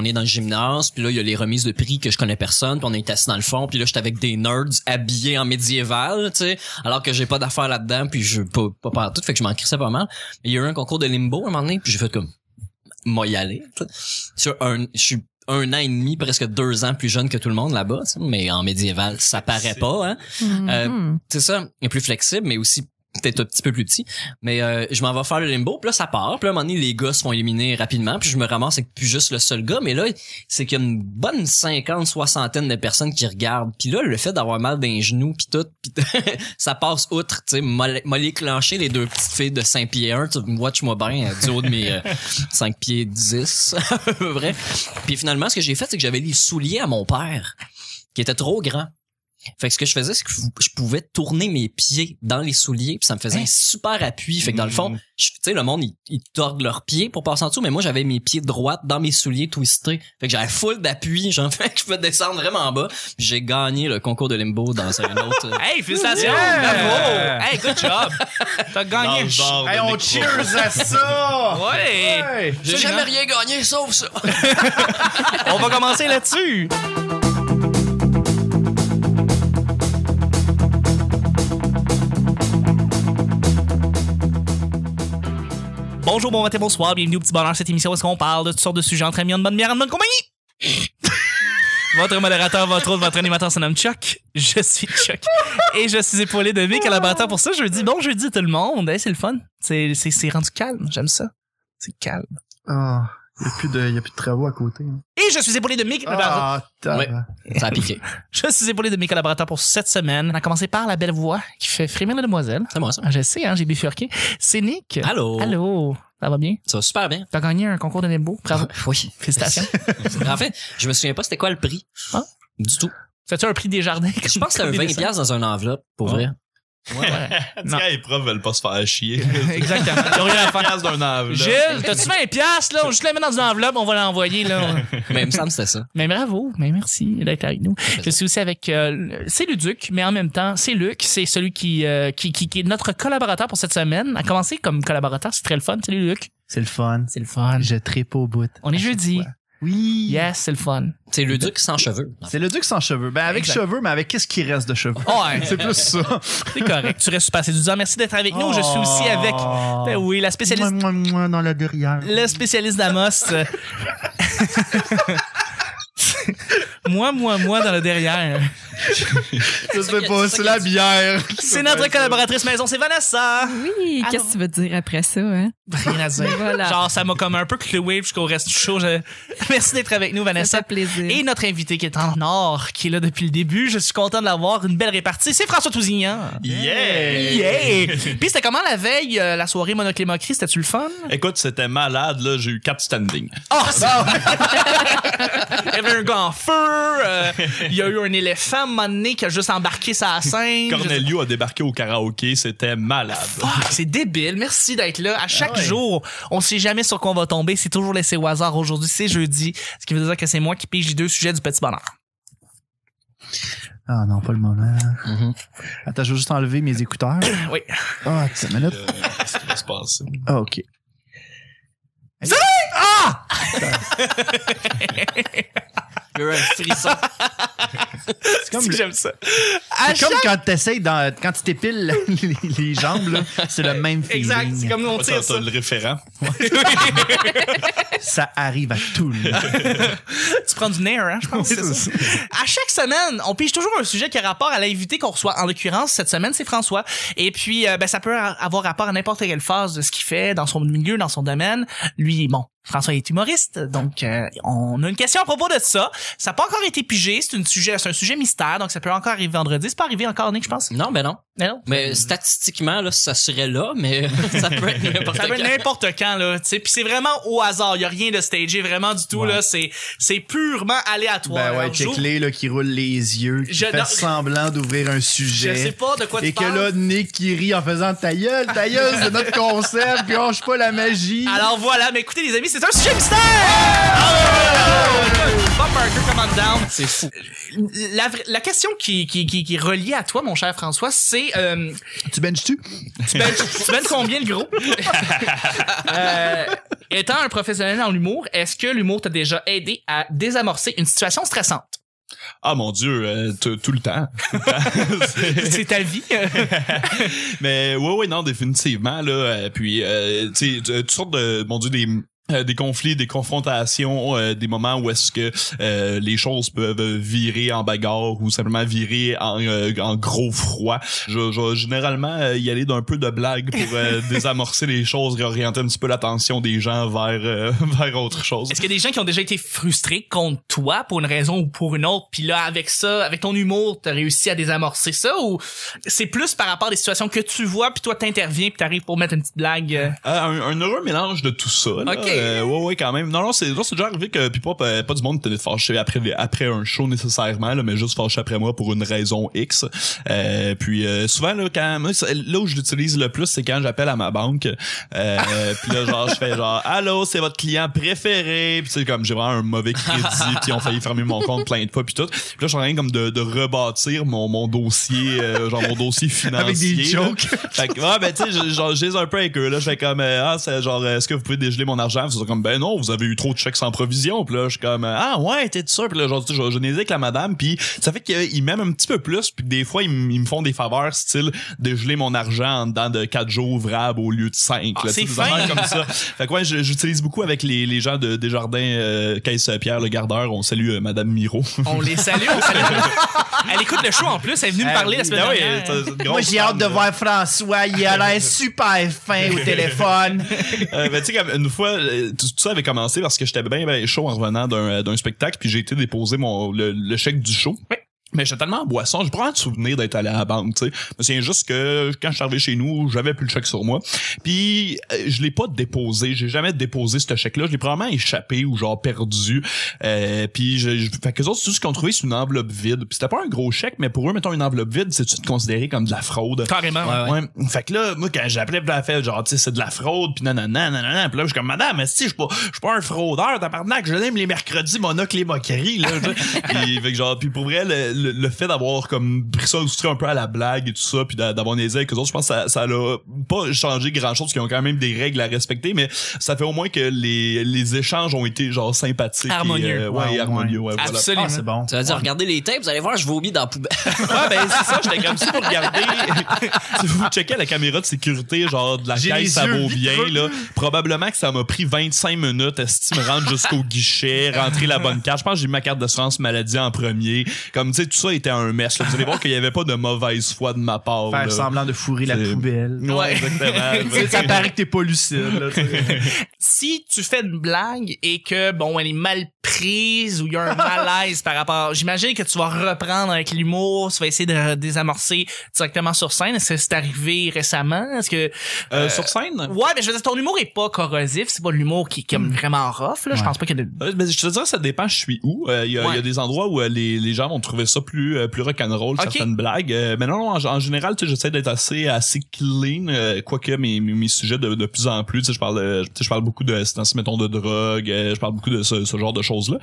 on est dans le gymnase, puis là il y a les remises de prix que je connais personne, puis on est assis dans le fond, puis là j'étais avec des nerds habillés en médiéval, tu sais, alors que j'ai pas d'affaires là-dedans, puis je pas partout, fait que je m'en crissais pas mal. Il y a eu un concours de limbo à un moment donné, puis j'ai fait comme moi y aller. Je suis 1 an et demi, presque 2 ans plus jeune que tout le monde là-bas, mais en médiéval, ça paraît pas, hein. C'est ça, il est plus flexible, mais aussi peut-être un petit peu plus petit, mais je m'en vais faire le limbo, puis là ça part, puis là à un moment donné les gars se font éliminer rapidement, puis je me ramasse avec plus juste le seul gars, mais là c'est qu'il y a une bonne 50-60 de personnes qui regardent, puis là le fait d'avoir mal dans les genoux puis tout, puis ça passe outre, tu sais, m'a déclenché les 2 petites filles de 5 pieds 1, tu watch-moi bien du haut de mes 5 pieds 10 à peu près. Puis finalement ce que j'ai fait c'est que j'avais les souliers à mon père qui étaient trop grands. Fait que ce que je faisais, c'est que je pouvais tourner mes pieds dans les souliers, puis ça me faisait un super appui. Fait que dans le fond, tu sais, le monde, ils tordent leurs pieds pour passer en dessous, mais moi, j'avais mes pieds droits dans mes souliers twistés. Fait que j'avais full d'appui, genre, fait que je pouvais descendre vraiment bas. Puis j'ai gagné le concours de limbo dans un autre... Hey, félicitations! Bravo! Hey, good job! T'as gagné! Hey, on cheers à ça! Ouais! J'ai jamais rien gagné sauf ça! On va commencer là-dessus! Bonjour, bon matin, bonsoir, bienvenue au Petit Bonheur, cette émission où est-ce qu'on parle de toutes sortes de sujets entre amis, en bonne bière, en bonne compagnie. Votre modérateur, votre autre, votre animateur se nomme Chuck. Je suis Chuck. Et je suis épaulé de mes collaborateurs pour ça. Jeudi, bon jeudi tout le monde. Hey, c'est le fun. C'est rendu calme, j'aime ça. C'est calme. Ah, il y a plus de travaux à côté. Et je suis épaulé de mes collaborateurs. Ouais, ça a piqué. Je suis épaulé de mes collaborateurs pour cette semaine. On a commencé par la belle voix qui fait frémir la demoiselle. C'est moi ça. Je sais, hein, j'ai bifurqué. C'est Nick. Allô. Allô. Ça va bien? Ça va super bien. T'as gagné un concours de limbo. Bravo. Oui. Félicitations. En fait, je me souviens pas c'était quoi le prix. Ah. Du tout. C'était un prix des jardins? Je pense que c'était un 20$ dans une enveloppe, pour vrai. Ouais. Quand les profs veulent pas se faire chier. Exactement. Ils ont rien à faire. D'un enveloppe. Gilles, t'as-tu 20$, là? On va juste la mettre dans une enveloppe, on va l'envoyer, là. Mais il me semble que c'était ça. Mais bravo, mais merci d'être avec nous. Je suis aussi avec, c'est Luduc, mais en même temps, c'est Luc, c'est celui qui est notre collaborateur pour cette semaine. A commencé comme collaborateur, c'est très le fun. Salut Luc. C'est le fun. C'est le fun. Je tripe au bout. On est jeudi. Fois. Oui. Yes, c'est le fun. C'est le duc sans cheveux. C'est le duc sans cheveux. Ben, avec Exact. cheveux, mais avec qu'est-ce qui reste de cheveux? Ouais. C'est plus ça. C'est correct. Tu restes super séduisant. Merci d'être avec nous. Je suis aussi avec, ben oui, la spécialiste, Moi, dans la derrière. le spécialiste d'Amos. Moi dans le derrière. Ça se fait pas, c'est la bière. C'est notre collaboratrice maison, c'est Vanessa. Oui, qu'est-ce que tu veux dire après ça, hein? Rien à dire. Voilà. Genre, ça m'a comme un peu cloué jusqu'au reste du show. Merci d'être avec nous, Ça Vanessa. fait plaisir. Et notre invité qui est en or, qui est là depuis le début. Je suis content de l'avoir. Une belle répartie. C'est François Tousignan. Yeah! Yeah! Puis c'était comment la veille, la soirée Monocle et Moquerie? C'était-tu le fun? Écoute, c'était malade, là. J'ai eu 4 standings. Oh, c'est... Il y avait un gars en feu. Il y a eu un éléphant, à un moment donné, qui a juste embarqué sa scène. Cornelio a débarqué au karaoké. C'était malade. Fuck, c'est débile. Merci d'être là. À chaque jour, on sait jamais sur quoi on va tomber. C'est toujours laissé au hasard. Aujourd'hui, c'est jeudi. Ce qui veut dire que c'est moi qui pige les 2 sujets du petit bonheur. Ah non, pas le moment. Mm-hmm. Attends, je vais juste enlever mes écouteurs. Oui. Ah, attends une minute. Qu'est-ce qui va se passer? Ah, OK. Ah! Il y a eu un frisson. C'est comme, J'aime ça. c'est comme quand t'essayes quand tu t'épiles les jambes, là, c'est le même feeling. Exact. C'est comme on tire T'as ça. le référent. Ça arrive à tout le monde. Tu prends du nerf, hein, je pense. C'est ça. À chaque semaine, on pige toujours un sujet qui a rapport à l'invité qu'on reçoit. En l'occurrence, cette semaine, c'est François. Et puis, ben, ça peut avoir rapport à n'importe quelle phase de ce qu'il fait dans son milieu, dans son domaine. Lui, bon, François est humoriste, donc on a une question à propos de ça. Ça n'a pas encore été pigé, c'est un sujet mystère, donc ça peut encore arriver vendredi. C'est pas arrivé encore, Nick, je pense. Non, ben non. Mais non. Mais statistiquement, là, ça serait là, mais ça peut être n'importe Ça peut être quand. n'importe quand, là, tu sais. Puis c'est vraiment au hasard. Il y a rien de stagé, vraiment du tout, là. C'est purement aléatoire. Ben ouais, Alors, check-les, là, qui roule les yeux, qui fait non. semblant d'ouvrir un sujet. Je sais pas de quoi tu Et que parles. là, Nick qui rit en faisant ta gueule, c'est notre concept, gâche pas la magie. Alors voilà, mais écoutez les amis, c'est un sujet mystère! Bob Barker commande down. C'est fou. La question qui est reliée à toi, mon cher François, c'est Tu benches-tu? tu bennes combien le gros? Étant un professionnel dans l'humour, est-ce que l'humour t'a déjà aidé à désamorcer une situation stressante? Ah mon Dieu, tout le temps. C'est ta vie. Mais ouais, non, définitivement là. Puis tu sais, toutes sortes de, mon Dieu, des conflits, des confrontations, des moments où est-ce que les choses peuvent virer en bagarre ou simplement virer en gros froid. Je vais généralement y aller d'un peu de blague pour désamorcer les choses, réorienter un petit peu l'attention des gens vers autre chose. Est-ce qu'il y a des gens qui ont déjà été frustrés contre toi pour une raison ou pour une autre, puis là avec ça, avec ton humour, t'as réussi à désamorcer ça, ou c'est plus par rapport à des situations que tu vois puis toi t'interviens puis t'arrives pour mettre une petite blague? Un heureux mélange de tout ça. Là. Ok. Ouais, quand même. Non, c'est déjà arrivé que puis pas du monde était fâché après un show nécessairement, là, mais juste fâché après moi pour une raison X. Puis souvent là, là où je l'utilise le plus, c'est quand j'appelle à ma banque. Puis là, genre, je fais genre, allô, c'est votre client préféré. Puis c'est comme j'ai vraiment un mauvais crédit, puis ils ont failli fermer mon compte plein de fois, puis tout. Puis là, je suis en train comme de rebâtir mon dossier, genre mon dossier financier. Avec des jokes. Fait que, ouais, ben tu sais, genre, j'ai un peu avec eux là. Je fais comme, c'est genre, est-ce que vous pouvez dégeler mon argent? C'est comme, ben non, vous avez eu trop de chèques sans provision. Puis là, je suis comme, ouais, t'es sûr? Puis là, genre, je n'hésite avec la madame, puis ça fait qu'ils m'aiment un petit peu plus, puis des fois, ils me font des faveurs, style dégeler mon argent en dedans de 4 jours ouvrables au lieu de 5. Ah, là, c'est des fin. affaires comme ça. Fait que ouais, j'utilise beaucoup avec les gens de Desjardins, Caisse Pierre le Gardeur. On salue madame Miro. On les salue, Elle écoute le show en plus, elle est venue me parler la semaine dernière. Moi, j'ai hâte de voir François. Il a l'air super fin au téléphone. Ben, tu sais, comme une fois, tout ça avait commencé parce que j'étais bien chaud en revenant d'un spectacle, puis j'ai été déposer le chèque du show. Oui. Mais j'étais tellement en boisson, j'ai pas vraiment de souvenir d'être allé à la banque, tu sais. Mais c'est juste que quand je suis arrivé chez nous, j'avais plus le chèque sur moi. Puis je l'ai pas déposé, j'ai jamais déposé ce chèque-là, je l'ai probablement échappé ou genre perdu. Puis fait que les autres, tout ce qu'ils ont trouvé, c'est une enveloppe vide. Puis c'était pas un gros chèque, mais pour eux, mettons une enveloppe vide, c'est tout considéré comme de la fraude. Carrément. Ouais. Fait que là, moi quand j'appelais pour la fête, genre tu sais, c'est de la fraude, puis nanana. Puis là je suis comme madame, mais si je suis pas un fraudeur, tabarnak, je l'aime les mercredis, monocle les moqueries là. Puis fait que genre, puis pour vrai le fait d'avoir comme pris ça un peu à la blague et tout ça, puis d'avoir niaisé avec eux autres, je pense que ça l'a pas changé grand chose, parce qu'ils ont quand même des règles à respecter, mais ça fait au moins que les échanges ont été genre sympathiques. Harmonieux. Et harmonieux, ouais, voilà. Absolument. Ah, c'est bon. Ça veut dire, regardez les tapes, vous allez voir, je vomis dans la poubelle. Ouais, ben c'est ça, j'étais comme ça pour regarder. Si vous checkez la caméra de sécurité, genre de la J'ai caisse, les ça yeux vaut bien, vitreux. là. Probablement que ça m'a pris 25 minutes à me rendre jusqu'au guichet, rentrer la bonne carte. Je pense que j'ai mis ma carte d'assurance maladie en premier. Comme, tu sais, tout ça était un mess, là. Vous allez voir qu'il y avait pas de mauvaise foi de ma part, Faire là. semblant de fourrer la C'est- poubelle. Ouais, exactement. Ça paraît que t'es pas lucide, là, tu sais. Si tu fais une blague et que, bon, elle est mal prise ou il y a un malaise par rapport, j'imagine que tu vas reprendre avec l'humour, tu vas essayer de désamorcer directement sur scène. Est-ce que c'est arrivé récemment? Est-ce que... Sur scène? Ouais, mais je veux dire, ton humour est pas corrosif, c'est pas de l'humour qui est comme vraiment rough, là. Je pense pas qu'il y a de... Ben, je te dirais, ça dépend, je suis où. Il y a des endroits où les gens vont trouver ça plus rock'n'roll, Ok. certaines blagues. Mais non, en général, tu sais, j'essaie d'être assez clean, quoique mes sujets de plus en plus, tu sais, je parle beaucoup de, mettons, de drogue, je parle beaucoup de ce genre de choses-là.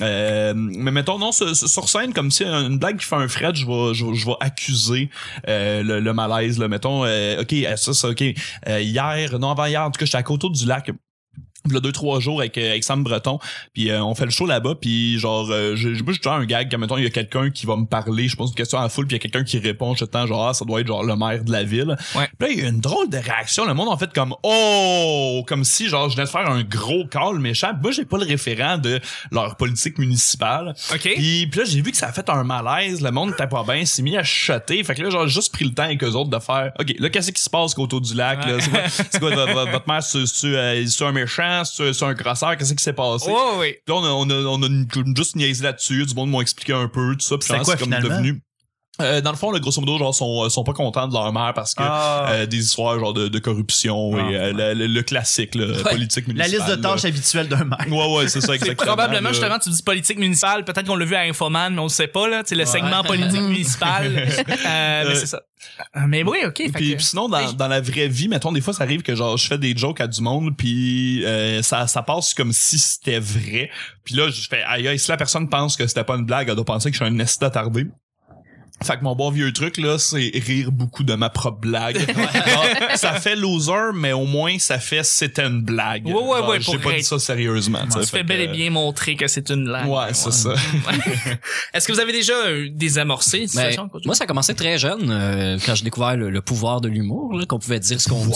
Mais mettons, non, sur scène, comme si une blague qui fait un fret, je vais accuser le malaise, là. Mettons, OK, OK. Avant-hier, en tout cas, j'étais à Coteau-du-Lac. Il y a 2-3 jours avec Sam Breton, puis on fait le show là-bas, puis genre j'ai toujours un gag, comme mettons il y a quelqu'un qui va me parler, je pose une question à la foule, puis il y a quelqu'un qui répond, je temps genre ça doit être genre le maire de la ville. Ouais. Puis là il y a une drôle de réaction, le monde en fait comme oh, comme si genre je venais de faire un gros call méchant. Moi j'ai pas le référent de leur politique municipale. OK. Puis là j'ai vu que ça a fait un malaise, le monde était pas bien, s'est mis à chuchoter. Fait que là j'ai juste pris le temps avec eux autres de faire OK, là qu'est-ce qui se passe autour du lac là, c'est quoi votre mère c'est un méchant, c'est un crosseur, qu'est-ce qui s'est passé? Ouais, ouais. Puis là, on a juste niaisé là-dessus, du monde m'a expliqué un peu, tout ça, puis C'est quoi, comme finalement? devenu... Dans le fond, le grosso modo, genre, sont pas contents de leur mère parce que des histoires genre de corruption et le classique, politique La municipale. liste de tâches habituelles d'un maire. Ouais, c'est ça, exactement. Probablement, justement, tu dis politique municipale. Peut-être qu'on l'a vu à Infoman, mais on le sait pas, là. Tu sais, le segment politique municipale. Mais c'est ça. Mais oui, OK. Puis sinon, dans la vraie vie, mettons, des fois, ça arrive que genre, je fais des jokes à du monde, puis ça passe comme si c'était vrai. Puis là, je fais, aïe, si la personne pense que c'était pas une blague, elle doit penser que je suis un esti attardé. Fait que mon bon vieux truc, là, c'est rire beaucoup de ma propre blague. Alors, ça fait loser, mais au moins, ça fait c'était une blague. Ouais. J'ai pas dit ça sérieusement. Tu fais bel et bien montrer que c'est une blague. Ouais, c'est ça. Est-ce que vous avez déjà désamorcé une situation? Moi, ça a commencé très jeune, quand j'ai découvert le pouvoir de l'humour, là, qu'on pouvait dire ce qu'on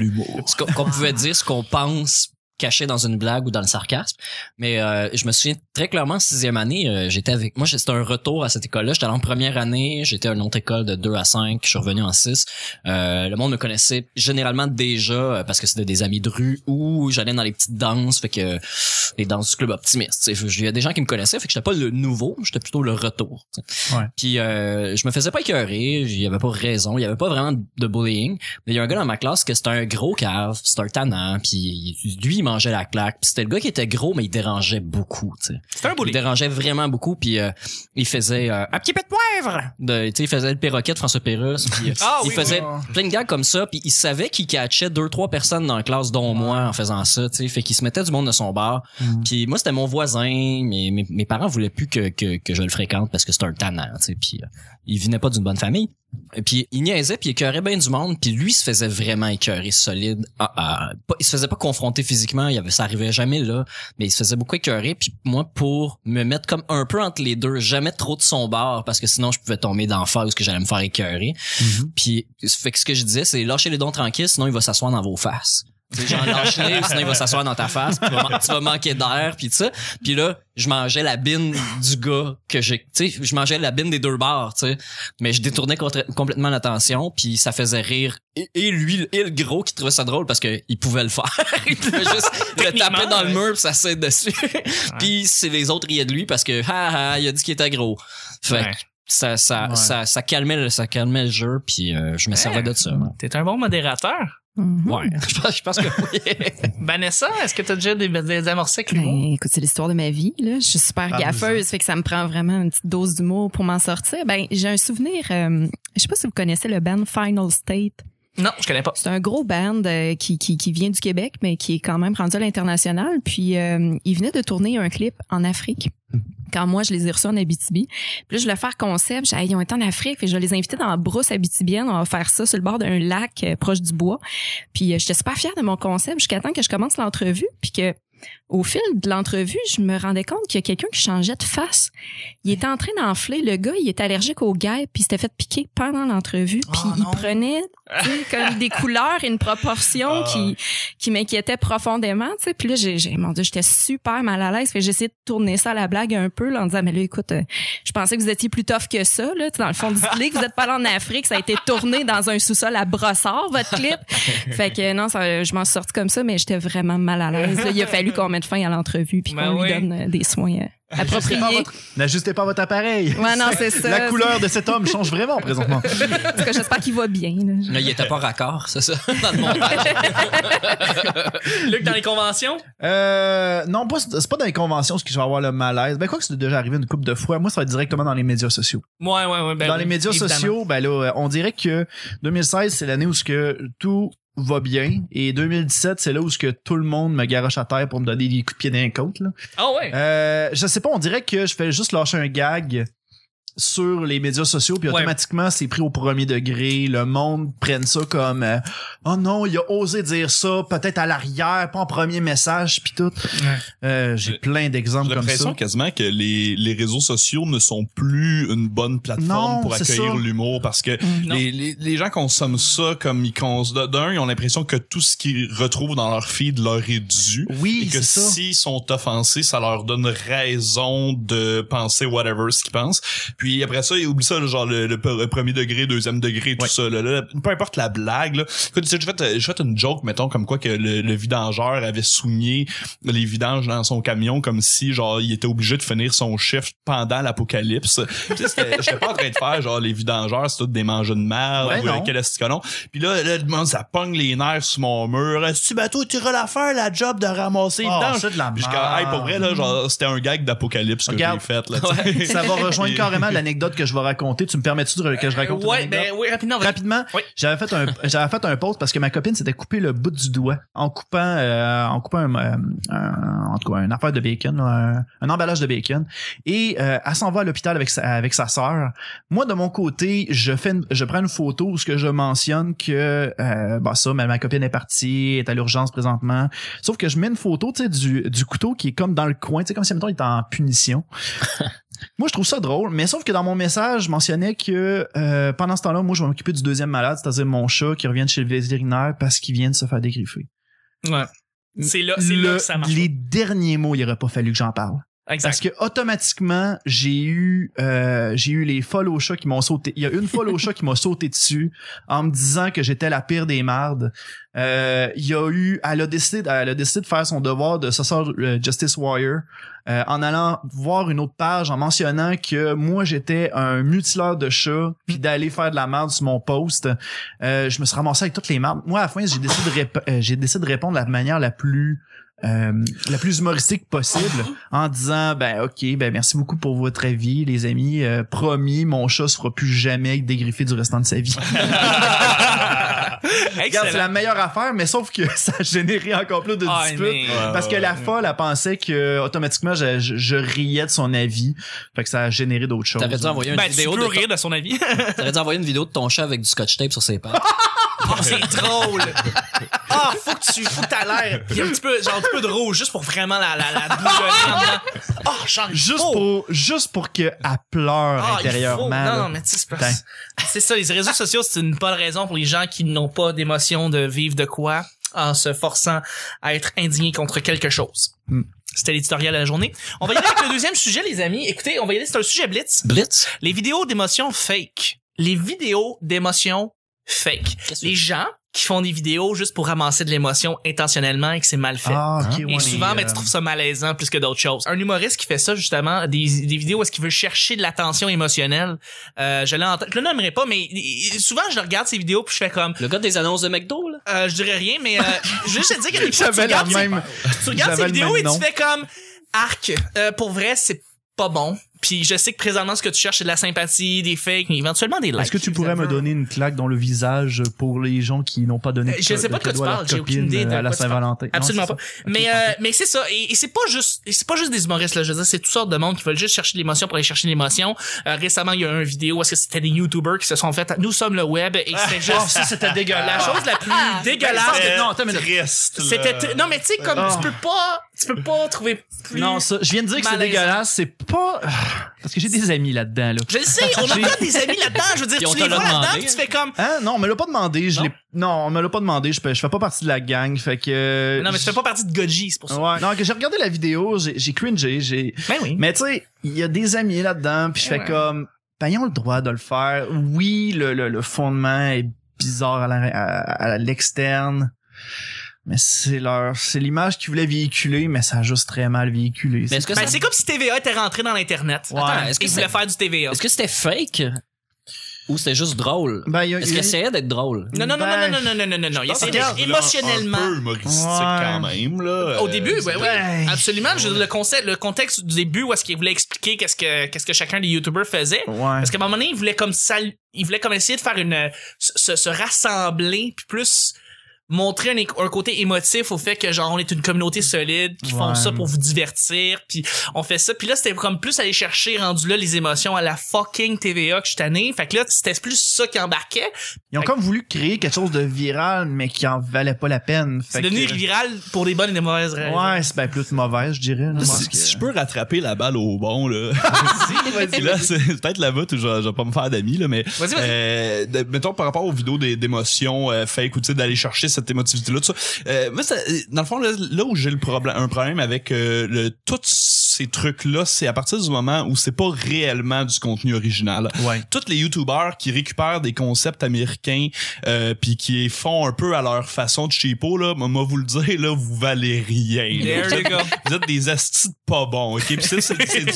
pouvait dire ce qu'on pense caché dans une blague ou dans le sarcasme. Mais je me souviens très clairement, 6e année, j'étais avec... Moi, c'était un retour à cette école-là. J'étais allé en première année, j'étais à une autre école de 2 à 5, je suis revenu en 6. Le monde me connaissait généralement déjà parce que c'était des amis de rue ou j'allais dans les petites danses, fait que les danses du club optimiste. Il y a des gens qui me connaissaient, fait que j'étais pas le nouveau, j'étais plutôt le retour. Ouais. Puis je me faisais pas écœurer, il y avait pas raison, il y avait pas vraiment de bullying. Mais il y a un gars dans ma classe que c'était un gros cave, c'était un tannant, puis lui il mangeait la claque. Puis c'était le gars qui était gros, mais il dérangeait beaucoup, tu sais. C'était un bully. Il dérangeait vraiment beaucoup, puis il faisait un petit peu de poivre. Tu sais, il faisait le perroquet de François Pérusse, puis il faisait plein de gags comme ça, puis il savait qu'il catchait 2-3 personnes dans la classe, dont moi, en faisant ça, tu sais. Fait qu'il se mettait du monde de son bar. Puis moi, c'était mon voisin, mais mes parents voulaient plus que je le fréquente parce que c'était un tannant, tu sais. Puis il venait pas d'une bonne famille. Et puis il niaisait, puis il écœurait bien du monde, puis lui se faisait vraiment écœurer solide. Il se faisait pas confronter physiquement, ça arrivait jamais là, mais il se faisait beaucoup écœurer. Puis moi, pour me mettre comme un peu entre les deux, jamais trop de son bord, parce que sinon je pouvais tomber d'enfer ou que j'allais me faire écœurer. Puis fait que ce que je disais, c'est lâchez les dons tranquilles, sinon il va s'asseoir dans vos faces. C'est genre lâche-les, sinon il va s'asseoir dans ta face, puis tu vas manquer d'air, puis tout ça. Puis là, je mangeais la bine du gars que j'ai, tu sais, je mangeais la bine des deux bords, tu sais. Mais je détournais complètement l'attention, puis ça faisait rire et lui et le gros qui trouvait ça drôle parce que il pouvait le faire. Il pouvait juste le taper dans le mur, puis ça s'aide dessus. Puis c'est les autres riaient de lui parce que il a dit qu'il était gros. Fait que ça calmait le jeu, puis je me servais de ça. T'es un bon modérateur. Ouais, je pense que oui. Vanessa, est-ce que t'as déjà désamorcé avec l'humour? Ben, écoute, c'est l'histoire de ma vie, là. Je suis super gaffeuse, fait que ça me prend vraiment une petite dose d'humour pour m'en sortir. Ben, j'ai un souvenir, je sais pas si vous connaissez le band Final State. Non, je connais pas. C'est un gros band qui vient du Québec, mais qui est quand même rendu à l'international. Puis, il venait de tourner un clip en Afrique. Quand moi, je les ai reçus en Abitibi. Puis là, je voulais faire concept. J'ai dit, ils ont été en Afrique. Puis je les ai invités dans la brousse abitibienne. On va faire ça sur le bord d'un lac proche du bois. Puis j'étais super fière de mon concept jusqu'à temps que je commence l'entrevue. Puis que au fil de l'entrevue, je me rendais compte qu'il y a quelqu'un qui changeait de face. Il était en train d'enfler. Le gars, il était allergique aux guêpes, puis il s'était fait piquer pendant l'entrevue. Puis il prenait comme des couleurs et une proportion qui m'inquiétait profondément. T'sais. Puis là, mon Dieu, j'étais super mal à l'aise. Fait que j'ai essayé de tourner ça à la blague un peu là, en disant, mais là, écoute, je pensais que vous étiez plus tough que ça. Là. Dans le fond, dites-le que vous êtes pas allé en Afrique. Ça a été tourné dans un sous-sol à Brossard, votre clip. Fait que non, je m'en suis sortie comme ça, mais j'étais vraiment mal à l'aise. Là, il a fallu qu'on mette fin à l'entrevue puis qu'on lui donne des soins appropriés. N'ajustez pas votre appareil. Ouais, non, c'est ça. La couleur de cet homme change vraiment présentement. En tout cas, j'espère qu'il va bien. Là, il était pas raccord, c'est ça, dans le montage. Luc, dans les conventions? Non, c'est pas dans les conventions ce qui va avoir le malaise. Ben, quoi que c'est déjà arrivé une couple de fois. Moi, ça va être directement dans les médias sociaux. Ouais. Ben, dans les médias sociaux, ben là, on dirait que 2016, c'est l'année où ce que tout va bien, et 2017 c'est là où ce que tout le monde me garoche à terre pour me donner des coups de pied dans les côtes là. Ah ouais. Je sais pas, on dirait que je fais juste lâcher un gag sur les médias sociaux puis automatiquement c'est pris au premier degré, le monde prenne ça comme oh non, il a osé dire ça, peut-être à l'arrière, pas en premier message puis tout. J'ai plein d'exemples comme ça. J'ai l'impression quasiment que les réseaux sociaux ne sont plus une bonne plateforme pour accueillir l'humour parce que les gens consomment ça comme d'un, ils ont l'impression que tout ce qu'ils retrouvent dans leur feed leur est dû. Oui, et que s'ils sont offensés, ça leur donne raison de penser whatever ce qu'ils pensent. Puis après ça, il oublie ça, là, genre le premier degré, deuxième degré, tout ça. Là, peu importe la blague. Là. Écoute, j'ai fait une joke, mettons, comme quoi que le vidangeur avait souligné les vidanges dans son camion comme si genre il était obligé de finir son shift pendant l'apocalypse. Tu sais, j'étais pas en train de faire genre les vidangeurs, c'est tout des mangeurs de merde ou quel esticonon. Puis là, le monde, ça pogne les nerfs sur mon mur. Si bateau, tu iras la faire la job de ramasser les vidanges. C'est de la Puis hey, pour vrai là, genre c'était un gag d'apocalypse que j'ai fait là. Ça va rejoindre carrément l'anecdote que je vais raconter. Tu me permets-tu que je raconte oui, rapidement. Oui. J'avais fait un post parce que ma copine s'était coupé le bout du doigt en coupant en tout cas une affaire de bacon, là, un emballage de bacon, et elle s'en va à l'hôpital avec sa sœur. Moi de mon côté, je prends une photo où ce que je mentionne que ma copine est partie, est à l'urgence présentement. Sauf que je mets une photo, tu sais, du couteau qui est comme dans le coin, tu sais, comme si mettons il était en punition. Moi, je trouve ça drôle, mais sauf que dans mon message, je mentionnais que pendant ce temps-là, moi, je vais m'occuper du deuxième malade, c'est-à-dire mon chat qui revient de chez le vétérinaire parce qu'il vient de se faire dégriffer. Ouais. C'est là que ça marche. Les derniers mots, il aurait pas fallu que j'en parle. Exact. Parce que automatiquement, j'ai eu les follow chats qui m'ont sauté. Il y a une follow chat qui m'a sauté dessus en me disant que j'étais la pire des mardes. Elle a décidé de faire son devoir de Social Justice Warrior en allant voir une autre page en mentionnant que moi j'étais un mutileur de chats puis d'aller faire de la merde sur mon post. Je me suis ramassé avec toutes les mardes. Moi à la fin, j'ai décidé de répondre de la manière la plus humoristique possible en disant merci beaucoup pour votre avis les amis, promis mon chat se fera plus jamais dégriffé du restant de sa vie. Regarde, c'est la meilleure affaire, mais sauf que ça a généré encore plus de disputes parce que la folle elle pensait que automatiquement je riais de son avis, fait que ça a généré d'autres choses. T'aurais dû envoyer une vidéo tu peux rire de son avis. T'aurais dû envoyer une vidéo de ton chat avec du scotch tape sur ses pattes. Oh, c'est drôle. Faut que t'as l'air. Il y a un petit peu de rouge juste pour vraiment la bouillonner. Oh, juste pour que elle pleure intérieurement. Non, mais tu sais, c'est ça, les réseaux sociaux, c'est une bonne raison pour les gens qui n'ont pas d'émotion de vivre de quoi en se forçant à être indigné contre quelque chose. C'était l'éditorial de la journée. On va y aller avec le deuxième sujet, les amis. Écoutez, on va y aller, c'est un sujet blitz. Blitz? Les vidéos d'émotion fake. Les vidéos d'émotion fake. Les gens qui font des vidéos juste pour ramasser de l'émotion intentionnellement et que c'est mal fait. Et souvent, tu trouves ça malaisant plus que d'autres choses. Un humoriste qui fait ça, justement, des vidéos où est-ce qu'il veut chercher de l'attention émotionnelle. Je le nommerai pas, mais souvent, je regarde ces vidéos puis je fais comme... Le gars des annonces de McDo, là? Je dirais rien, mais je veux juste te dire qu'il y a des fois, tu regardes ces vidéos et tu fais comme... Arc, pour vrai, c'est pas bon. Puis je sais que présentement, ce que tu cherches, c'est de la sympathie, des fakes, mais éventuellement des likes. Est-ce que tu pourrais me donner une claque dans le visage pour les gens qui n'ont pas donné je sais pas de quoi tu parles, j'ai aucune idée de à la Saint-Valentin. Absolument pas. Mais c'est ça. Et c'est pas juste des humoristes, là. Je veux dire, c'est toutes sortes de monde qui veulent juste chercher l'émotion pour aller chercher l'émotion. Récemment, il y a une vidéo où est-ce que c'était des YouTubers qui se sont fait, nous sommes le web, et c'était juste, ça, c'était dégueulasse. La chose la plus dégueulasse. Non, attends, mais c'était, non, mais tu sais, comme, tu peux pas trouver plus. Non, ça, je viens de dire que c'est dégueulasse, c'est pas, parce que j'ai des amis là-dedans, là. Je le sais, on a pas des amis là-dedans. Je veux dire, tu les vois là-dedans pis tu fais comme... Non, on me l'a pas demandé. On me l'a pas demandé. Je fais pas partie de la gang, fait que... Non, mais tu fais pas partie de Goji, c'est pour ça. Ouais. Non, que j'ai regardé la vidéo, j'ai cringé, Ben oui. Mais tu sais, il y a des amis là-dedans pis je fais comme... ils ont le droit de le faire. Oui, le fondement est bizarre à l'externe. Mais c'est l'image qu'ils voulaient véhiculer, mais ça a juste très mal véhiculé. C'est comme si TVA était rentré dans l'Internet. Ouais. Attends, ils voulaient faire du TVA. Est-ce que c'était fake? Ou c'était juste drôle? Est-ce qu'il essayait d'être drôle? Non. Il essayait d'être émotionnellement. Un peu humoristique quand même, là. Au début, oui. Absolument. Je veux dire, le contexte du début où est-ce qu'il voulait expliquer qu'est-ce que chacun des YouTubers faisait. Ouais. Parce qu'à un moment donné, il voulait comme essayer de faire se rassembler puis plus montrer un côté émotif au fait que genre on est une communauté solide qui font ça pour vous divertir puis on fait ça puis là c'était comme plus aller chercher rendu là les émotions à la fucking TVA que je suis tanné, fait que là c'était plus ça qui embarquait. Ils ont comme voulu créer quelque chose de viral mais qui en valait pas la peine. C'est devenu viral pour des bonnes et des mauvaises raisons. Ouais, c'est bien plus mauvais, je dirais. Là, si je peux rattraper la balle au bon là. Vas-y. Là c'est peut-être là-bas où je vais pas me faire d'amis là, mais vas-y. Mettons par rapport aux vidéos d'émotions fake ou tu sais d'aller chercher cette émotivité là tout ça. Moi dans le fond là où j'ai un problème avec toutes ces trucs-là, c'est à partir du moment où c'est pas réellement du contenu original. Ouais. Tous les YouTubers qui récupèrent des concepts américains puis qui font un peu à leur façon de cheapo, là, moi vous le dire, là, vous valez rien. There you go. Vous êtes des astis de pas bons, ok? Puis c'est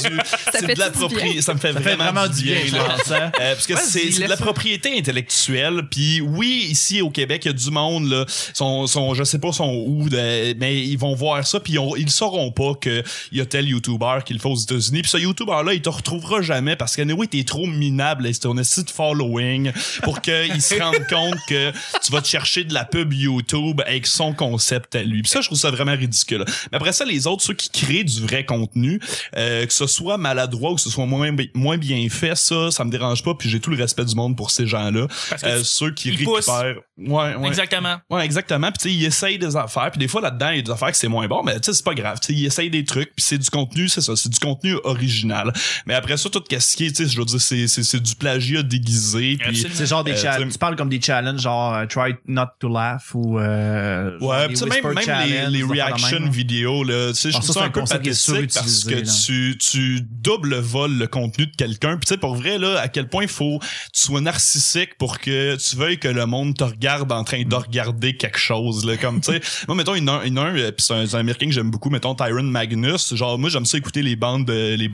de la propriété. Ça me fait vraiment du bien, là. Parce que c'est de la propriété intellectuelle. Puis oui, ici au Québec, il y a du monde là, je sais pas sont où, mais ils vont voir ça puis ils sauront pas que il y a tel YouTuber qui le fait aux États-Unis. Puis ce YouTuber là, il te retrouvera jamais parce que oui, t'es trop minable, c'est un site following pour qu'il se rende compte que tu vas te chercher de la pub YouTube avec son concept à lui. Puis ça, je trouve ça vraiment ridicule. Mais après ça, les autres, ceux qui créent du vrai contenu, que ce soit maladroit ou que ce soit moins bien fait, ça me dérange pas. Puis j'ai tout le respect du monde pour ces gens-là. Ceux qui récupèrent. Ouais. Exactement. Ouais, exactement. Puis tu sais, ils essayent des affaires. Puis des fois là-dedans, il y a des affaires que c'est moins bon, mais tu sais, c'est pas grave. Tu sais, ils essayent des trucs. Puis c'est du contenu, c'est ça, c'est du contenu original. Mais après ça, tout ce qui est, tu sais, je veux dire, c'est du plagiat déguisé. Puis c'est genre des challenges. Tu parles comme des challenges, genre try not to laugh ou ouais, tu sais, même les reaction vidéos là, tu sais, je trouve ça un peu pathétique parce que tu double voles le contenu de quelqu'un. Puis tu sais, pour vrai là, à quel point il faut que tu sois narcissique pour que tu veuilles que le monde te regarde en train de regarder quelque chose là, comme tu sais. Moi mettons une puis c'est un américain que j'aime beaucoup, mettons Tyron Magnus, genre moi j'aime ça écouter les bandes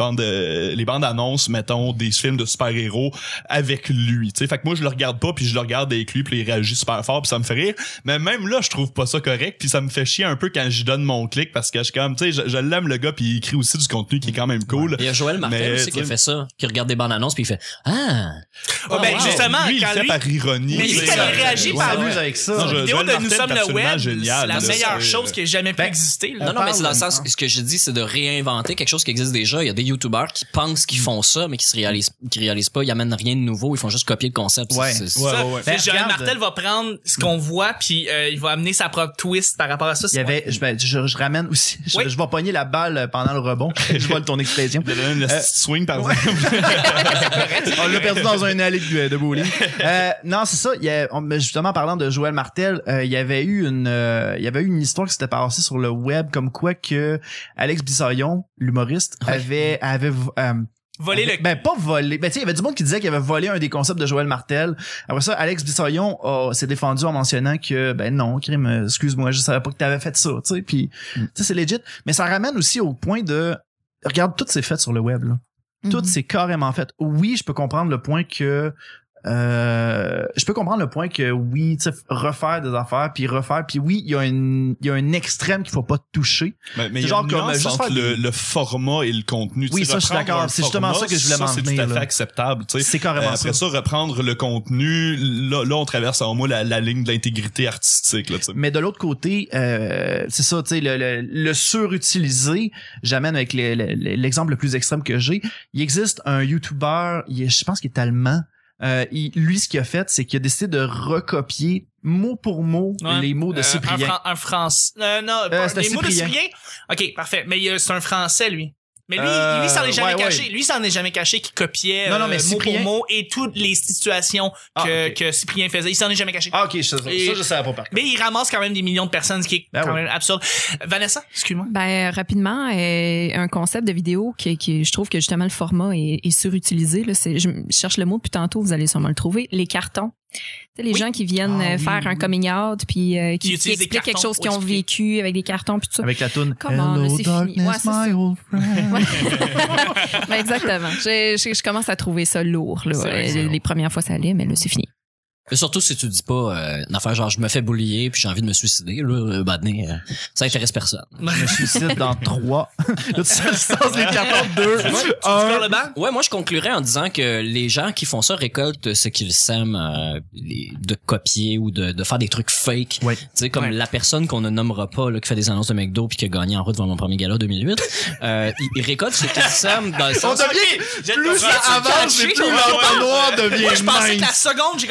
annonces, mettons des films de super-héros avec lui, tu sais. Fait que moi je le regarde pas puis je le regarde avec lui puis il réagit super fort puis ça me fait rire. Mais même là, je trouve pas ça correct puis ça me fait chier un peu quand j'y donne mon clic parce que je suis comme tu sais, je l'aime le gars puis il écrit aussi du contenu qui est quand même cool. Il y a Joël Martel aussi qui a fait ça, qui regarde des bandes annonces puis il fait justement lui, quand il fait par ironie. Mais lui, quand il réagit par avec ça. La vidéo de Nous sommes le web, génial, c'est la meilleure chose qui ait jamais pu exister. Non, mais c'est dans le sens, ce que je dis, c'est de réinventer quelque chose qui existe déjà. Il y a des YouTubers qui pensent qu'ils font ça, mais qui réalisent pas, ils amènent rien de nouveau, ils font juste copier le concept. Ouais. Joël Martel va prendre ce qu'on voit puis il va amener sa propre twist par rapport à ça. Il y avait, je ramène aussi, je vais pogner la balle pendant le rebond. Je vole ton expression. Le swing par exemple. On l'a perdu dans un allée de bowling. Non, c'est ça. Justement, parlant de Joël Martel, il y avait eu une histoire qui s'était passée sur le web comme quoi que Alex Bissaillon, l'humoriste, avait voler le... Ben, pas volé. Ben, tu sais, il y avait du monde qui disait qu'il avait volé un des concepts de Joël Martel. Après ça, Alex Bissaillon s'est défendu en mentionnant que, ben non, crime, excuse-moi, je savais pas que t'avais fait ça, tu sais. Puis, tu sais, c'est legit. Mais ça ramène aussi au point de, regarde, tout c'est fait sur le web, là. Tout c'est carrément fait. Oui, je peux comprendre le point que, oui, tu sais, refaire des affaires puis oui, il y a un extrême qu'il faut pas toucher. Mais genre comme juste entre le format et le contenu. Oui, ça je suis d'accord, c'est justement ça que je voulais m'en venir. C'est tout à fait acceptable, tu sais. C'est carrément après ça reprendre le contenu, là on traverse en moi la ligne de l'intégrité artistique là, tu sais. Mais de l'autre côté, c'est ça, tu sais, le surutiliser, j'amène avec l'exemple le plus extrême que j'ai. Il existe un YouTuber, je pense qu'il est allemand. Lui, ce qu'il a fait, c'est qu'il a décidé de recopier mot pour mot les mots de Cyprien. Un français. Les mots de Cyprien. OK, parfait. Mais c'est un français, lui. Mais lui s'en est jamais caché. Lui, s'en est jamais caché qu'il copiait mot Cyprien... pour mot et toutes les situations que Cyprien faisait. Il s'en est jamais caché. Ah, OK, ça je savais pas par contre. Mais il ramasse quand même des millions de personnes, ce qui est quand même absurde. Vanessa, excuse-moi. Ben, rapidement, un concept de vidéo qui je trouve que justement le format est surutilisé, là. Je cherche le mot, puis tantôt, vous allez sûrement le trouver. Les cartons. Tu sais, les gens qui viennent faire un coming out puis qui expliquent quelque chose qu'ils ont vécu avec des cartons puis tout ça. Avec la toune Hello c'est darkness, fini. my old friend. Ben, exactement. Je commence à trouver ça lourd là. Les premières fois ça allait, mais là c'est fini. Et surtout si tu dis pas une affaire genre je me fais boulier puis j'ai envie de me suicider là, ça intéresse personne. Je me suicide dans 3. Là tu sens les cartons 2. Ouais, moi je conclurais en disant que les gens qui font ça récoltent ce qu'ils sèment de copier ou de faire des trucs fake. Ouais. Tu sais comme la personne qu'on ne nommera pas là qui fait des annonces de McDo puis qui a gagné en route devant mon premier gala 2008, il récolte ce qu'il sème dans le sens plus ça avance et plus l'entonnoir devient moi je pensais que la seconde j'ai commencé à parler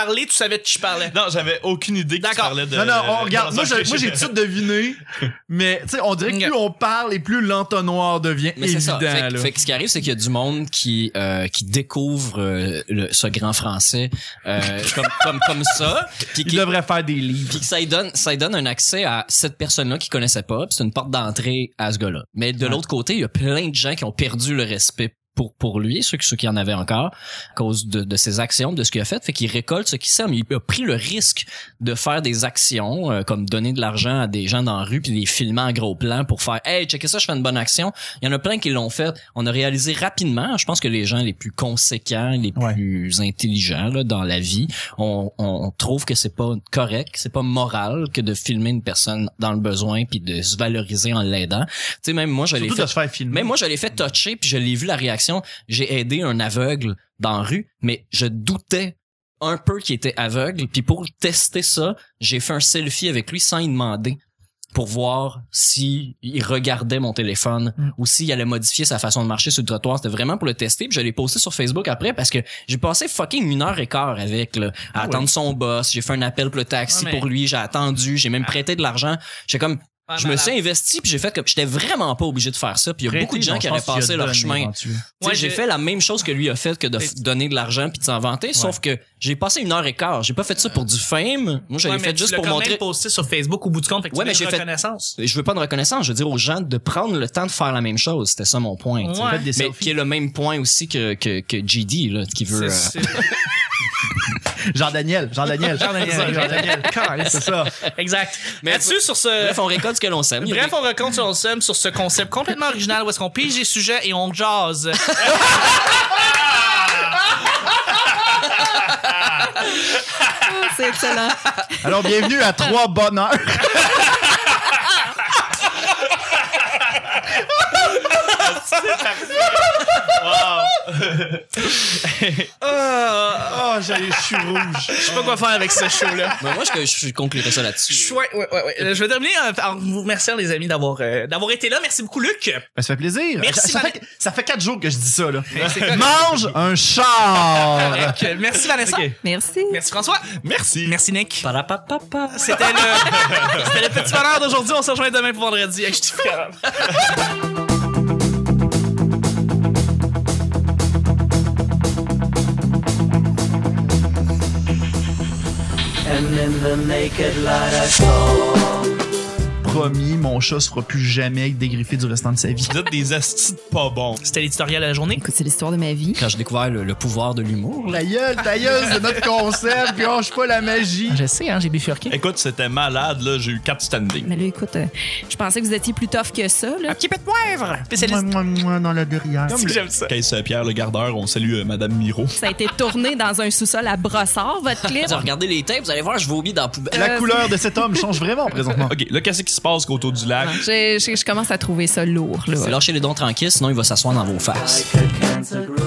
parler, tu savais de qui je parlais. Non, j'avais aucune idée que tu D'accord. parlais de... Non, on regarde. Moi, j'ai tout deviné. Mais, tu sais, on dirait que plus on parle et plus l'entonnoir devient Mais c'est évident, ça. Fait, là. fait que ce qui arrive, c'est qu'il y a du monde qui découvre ce grand français comme ça. Puis Il qui, devrait faire des livres. puis que ça lui donne un accès à cette personne-là qu'il connaissait pas. Puis c'est une porte d'entrée à ce gars-là. Mais de l'autre côté, il y a plein de gens qui ont perdu le respect pour lui, ceux qui en avaient encore, à cause de ses actions, de ce qu'il a fait. Fait qu'il récolte ce qu'il sème. Il a pris le risque de faire des actions, comme donner de l'argent à des gens dans la rue puis les filmer en gros plan pour faire « Hey, checkez ça, je fais une bonne action ». Il y en a plein qui l'ont fait. On a réalisé rapidement, je pense que les gens les plus conséquents, les plus intelligents là, dans la vie, on trouve que c'est pas correct, c'est pas moral que de filmer une personne dans le besoin puis de se valoriser en l'aidant. Tu sais, même moi, je l'ai fait... de se faire filmer. Même moi, je l'ai fait toucher puis je l'ai vu la réaction. J'ai aidé un aveugle dans la rue, mais je doutais un peu qu'il était aveugle. Puis pour tester ça, j'ai fait un selfie avec lui sans y demander pour voir si il regardait mon téléphone ou s'il allait modifier sa façon de marcher sur le trottoir. C'était vraiment pour le tester. Puis je l'ai posté sur Facebook après parce que j'ai passé fucking 1h15 avec là, à attendre son boss. J'ai fait un appel pour le taxi pour lui. J'ai attendu. J'ai même prêté de l'argent. J'ai comme je me suis investi puis j'ai fait comme j'étais vraiment pas obligé de faire ça puis il y a beaucoup de gens qui auraient passé leur chemin. J'ai fait la même chose que lui a fait que de donner de l'argent puis de s'en vanter sauf que j'ai passé 1h15. J'ai pas fait ça pour du fame. Moi je l'ai fait juste pour montrer. Tu l'as posté sur Facebook au bout du compte fait que tu veux une reconnaissance. Je veux pas de reconnaissance, je veux dire aux gens de prendre le temps de faire la même chose. C'était ça mon point. Mais qui est le même point aussi que GD là qui veut Jean-Daniel. C'est ça. Exact. Mais là-dessus, sur ce... Bref, on récolte ce que l'on sème. Bref, on récolte ce que l'on sème sur ce concept complètement original où est-ce qu'on pige des sujets et on jase. C'est excellent. Alors, bienvenue à 3 bonheurs. Je suis rouge. Je sais pas quoi faire avec ce show-là. Mais moi, je conclurai ça là-dessus. Ouais. Je vais terminer en vous remerciant, les amis, d'avoir été là. Merci beaucoup, Luc. Ben, ça fait plaisir. Merci, ça fait 4 jours que je dis ça, là. Mange un char. Merci, Vanessa. Okay. Merci. Merci, François. Merci. Merci, Nick. Parapapapa. C'était le petit bonheur d'aujourd'hui. On se rejoint demain pour vendredi. Je suis capable. And in the naked light I saw. Promis, mon chat se fera plus jamais dégriffé du restant de sa vie. Vous êtes des astis pas bons. C'était l'éditorial de la journée. Écoute, c'est l'histoire de ma vie. Quand j'ai découvert le pouvoir de l'humour. Ta gueule, c'est notre concept. Gâche pas la magie. Je sais, j'ai bifurqué. Écoute, c'était malade, là. J'ai eu 4 standings. Mais là, écoute, je pensais que vous étiez plus tough que ça, là. Un petit peu de poivre. Spécialiste. Moi, dans la derrière. J'aime ça. Caisse Pierre le gardeur, on salue Madame Miro. Ça a été tourné dans un sous-sol à Brossard, votre clip. Regardez les tapes, vous allez voir, je vomis dans la poubelle. La couleur de cet homme change vraiment présentement. OK, là, qu'est-ce qui se passe autour du lac? Je commence à trouver ça lourd, là. C'est lâcher les dons tranquilles, sinon il va s'asseoir dans vos faces. Like a cancer